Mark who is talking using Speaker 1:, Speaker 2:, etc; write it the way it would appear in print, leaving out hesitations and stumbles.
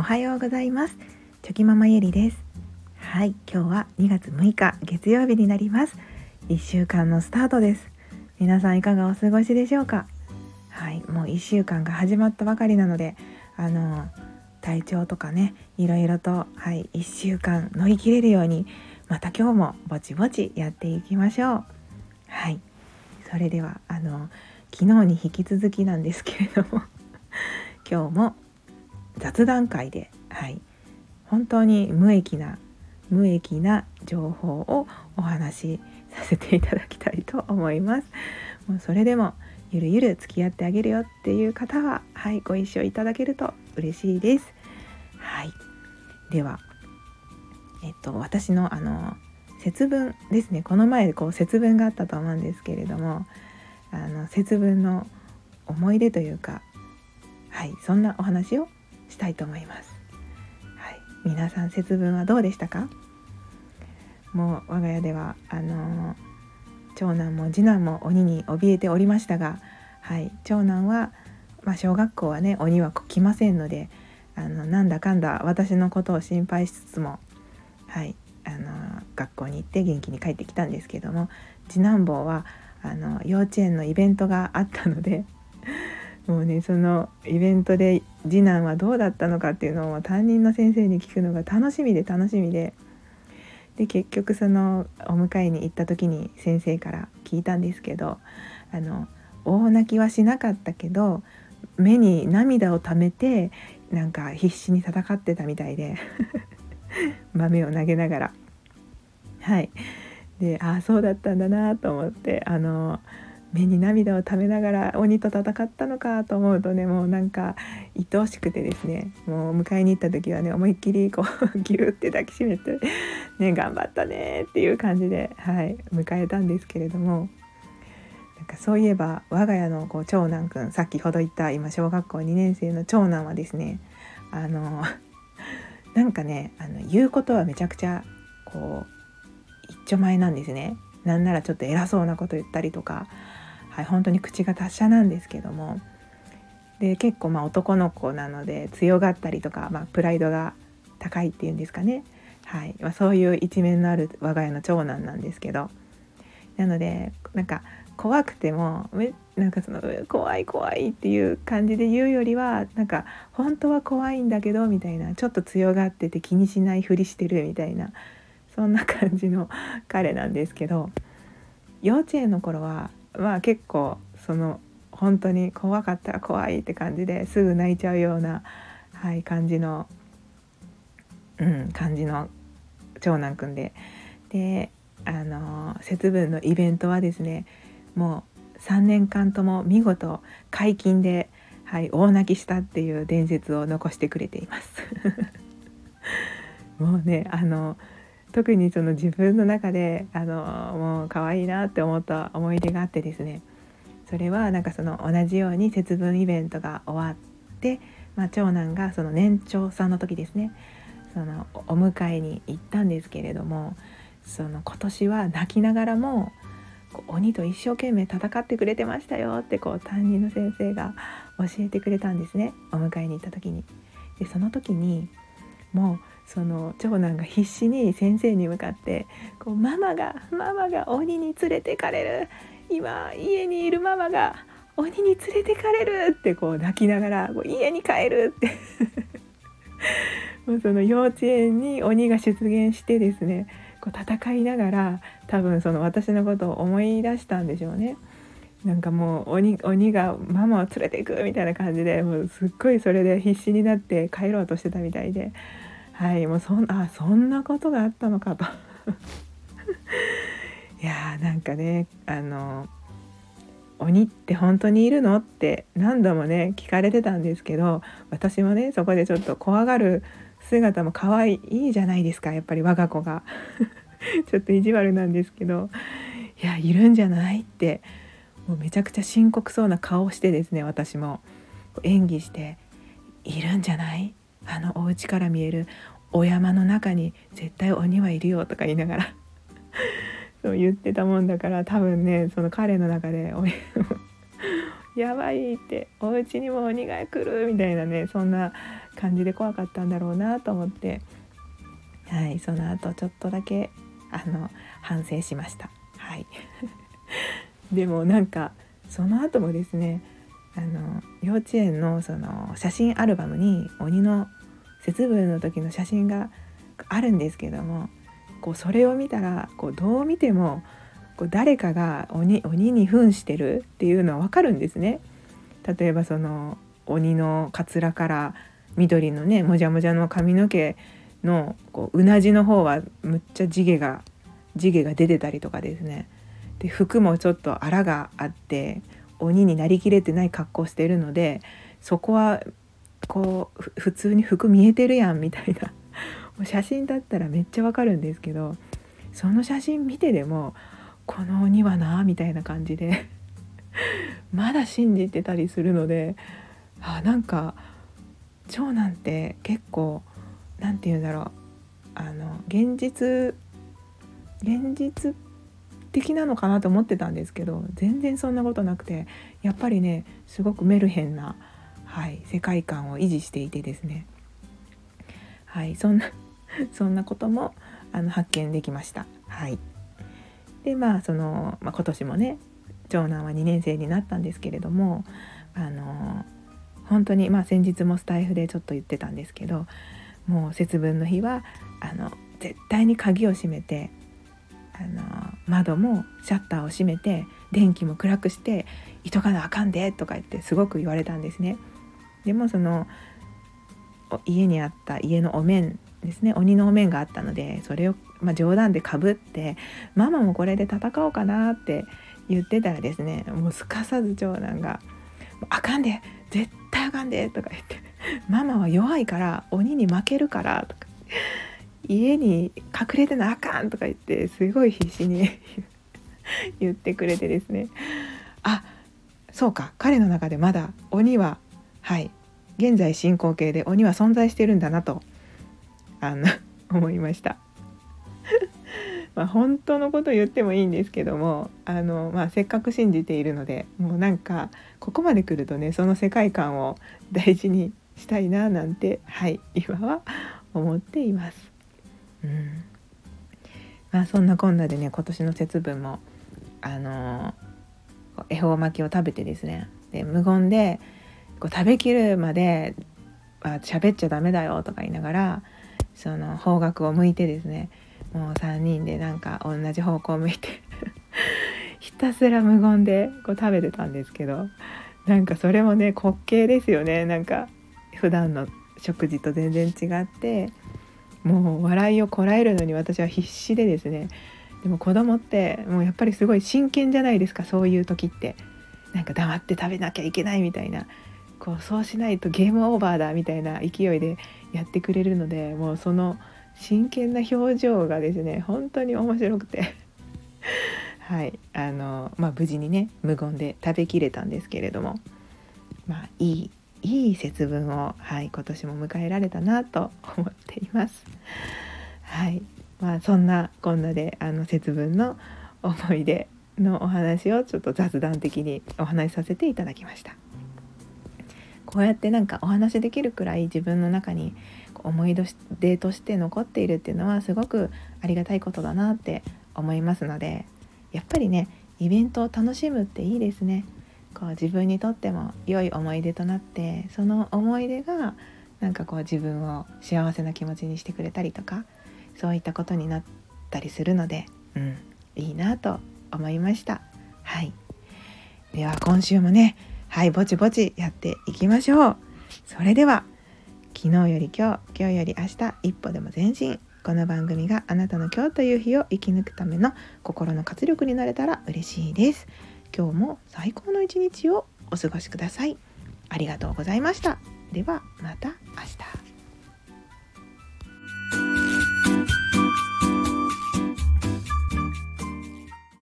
Speaker 1: はようございます。チョキママゆりです。はい、今日は2月6日月曜日になります。1週間のスタートです。皆さんいかがお過ごしでしょうか。はい、もう1週間が始まったばかりなので、体調とかね、いろいろと、1週間乗り切れるように、また今日もぼちぼちやっていきましょう。はい、それでは昨日に引き続きなんですけれども今日も雑談会で、本当に無益な情報をお話しさせていただきたいと思います。もうそれでもゆるゆる付き合ってあげるよっていう方は、ご一緒いただけると嬉しいです。では、私の節分ですね。この前節分があったと思うんですけれども、節分の思い出というか、そんなお話をしたいと思います。皆さん節分はどうでしたか？もう我が家では長男も次男も鬼に怯えておりましたが、長男は、小学校はね鬼は来ませんので、なんだかんだ私のことを心配しつつも、学校に行って元気に帰ってきたんですけども、次男坊は幼稚園のイベントがあったのでもうね、そのイベントで次男はどうだったのかっていうのを担任の先生に聞くのが楽しみで結局そのお迎えに行った時に先生から聞いたんですけど、大泣きはしなかったけど目に涙をためてなんか必死に戦ってたみたいで豆を投げながら、で、そうだったんだなと思って、目に涙をためながら鬼と戦ったのかと思うとね、もうなんか愛おしくてですね、もう迎えに行った時はね、思いっきりこうギューって抱きしめてね、頑張ったねっていう感じで、迎えたんですけれども、なんかそういえば我が家の長男くん、先ほど言った今小学校2年生の長男はですね、なんかね、言うことはめちゃくちゃ一丁前なんですね。なんならちょっと偉そうなこと言ったりとか、本当に口が達者なんですけども、で結構男の子なので強がったりとか、プライドが高いっていうんですかね、そういう一面のある我が家の長男なんですけど、なのでなんか怖くてもなんかその怖いっていう感じで言うよりは、なんか本当は怖いんだけどみたいな、ちょっと強がってて気にしないふりしてるみたいな、そんな感じの彼なんですけど、幼稚園の頃は結構その本当に怖かったら怖いって感じですぐ泣いちゃうような、感じの長男くんで、節分のイベントはですね、もう3年間とも見事解禁で、大泣きしたっていう伝説を残してくれていますもうね、特にその自分の中でもう可愛いなって思った思い出があってですね、それはなんかその同じように節分イベントが終わって、長男がその年長さんの時ですね、そのお迎えに行ったんですけれども、その今年は泣きながらも鬼と一生懸命戦ってくれてましたよって担任の先生が教えてくれたんですね、お迎えに行った時に。でその時にもうその長男が必死に先生に向かってママが鬼に連れてかれる、今家にいるママが鬼に連れてかれるって泣きながら家に帰るってもうその幼稚園に鬼が出現してですね、戦いながら多分その私のことを思い出したんでしょうね。なんかもう鬼がママを連れていくみたいな感じで、もうすっごいそれで必死になって帰ろうとしてたみたいで、もうそんなことがあったのかといやなんかね、鬼って本当にいるのって何度もね聞かれてたんですけど、私もねそこでちょっと怖がる姿も可愛いじゃないですか、やっぱり我が子がちょっと意地悪なんですけど、いるんじゃないって、もうめちゃくちゃ深刻そうな顔してですね、私も演技して、いるんじゃない、お家から見えるお山の中に絶対鬼はいるよとか言いながらそう言ってたもんだから、多分ねその彼の中でいやばいって、お家にも鬼が来るみたいなね、そんな感じで怖かったんだろうなと思って、はい、その後ちょっとだけ反省しました。はいでもなんかその後もですね、幼稚園のその写真アルバムに鬼の節分の時の写真があるんですけども、こうそれを見たらこうどう見てもこう誰かが鬼に扮してるっていうのは分かるんですね。例えばその鬼のかつらから緑のねもじゃもじゃの髪の毛のこうなじの方はむっちゃ地毛が出てたりとかですね。で服もちょっとあらがあって鬼になりきれてない格好してるので、そこはこう普通に服見えてるやんみたいな写真だったらめっちゃわかるんですけど、その写真見てでもこの鬼はなみたいな感じでまだ信じてたりするので、なんか長男って結構なんて言うんだろう、現実的なのかなと思ってたんですけど、全然そんなことなくて、やっぱりねすごくメルヘンな、世界観を維持していてですね、そんなことも発見できました。で今年もね長男は2年生になったんですけれども、本当に先日もスタイフでちょっと言ってたんですけど、もう節分の日は絶対に鍵を閉めて、窓もシャッターを閉めて電気も暗くしていとかなあかんでとか言ってすごく言われたんですね。でもその家にあった家のお面ですね、鬼のお面があったので、それを冗談でかぶって、ママもこれで戦おうかなって言ってたらですね、もうすかさず長男があかんで絶対あかんでとか言って、ママは弱いから鬼に負けるからとか、家に隠れてなあかんとか言ってすごい必死に言ってくれてですね、そうか、彼の中でまだ鬼は現在進行形で鬼は存在してるんだなと思いました本当のこと言ってもいいんですけども、せっかく信じているので、もうなんかここまで来るとね、その世界観を大事にしたいななんて今は思っています。そんなこんなでね、今年の節分も恵方巻きを食べてですね、で無言でこう食べきるまでは喋っちゃダメだよとか言いながら、その方角を向いてですね、もう3人でなんか同じ方向を向いてひたすら無言でこう食べてたんですけど、なんかそれもね滑稽ですよね。なんか普段の食事と全然違って、もう笑いをこらえるのに私は必死でですね、でも子供ってもうやっぱりすごい真剣じゃないですか、そういう時って。なんか黙って食べなきゃいけないみたいな、そうしないとゲームオーバーだみたいな勢いでやってくれるので、もうその真剣な表情がですね本当に面白くて無事にね無言で食べきれたんですけれども、いい節分を今年も迎えられたなと思っています。そんなこんなで節分の思い出のお話をちょっと雑談的にお話しさせていただきました。こうやってなんかお話できるくらい自分の中に思い出として残っているっていうのはすごくありがたいことだなって思いますので、やっぱりねイベントを楽しむっていいですね。自分にとっても良い思い出となって、その思い出がなんか自分を幸せな気持ちにしてくれたりとか、そういったことになったりするので、いいなと思いました。では今週もねぼちぼちやっていきましょう。それでは昨日より今日、今日より明日、一歩でも前進。この番組があなたの今日という日を生き抜くための心の活力になれたら嬉しいです。今日も最高の一日をお過ごしください。ありがとうございました。ではまた。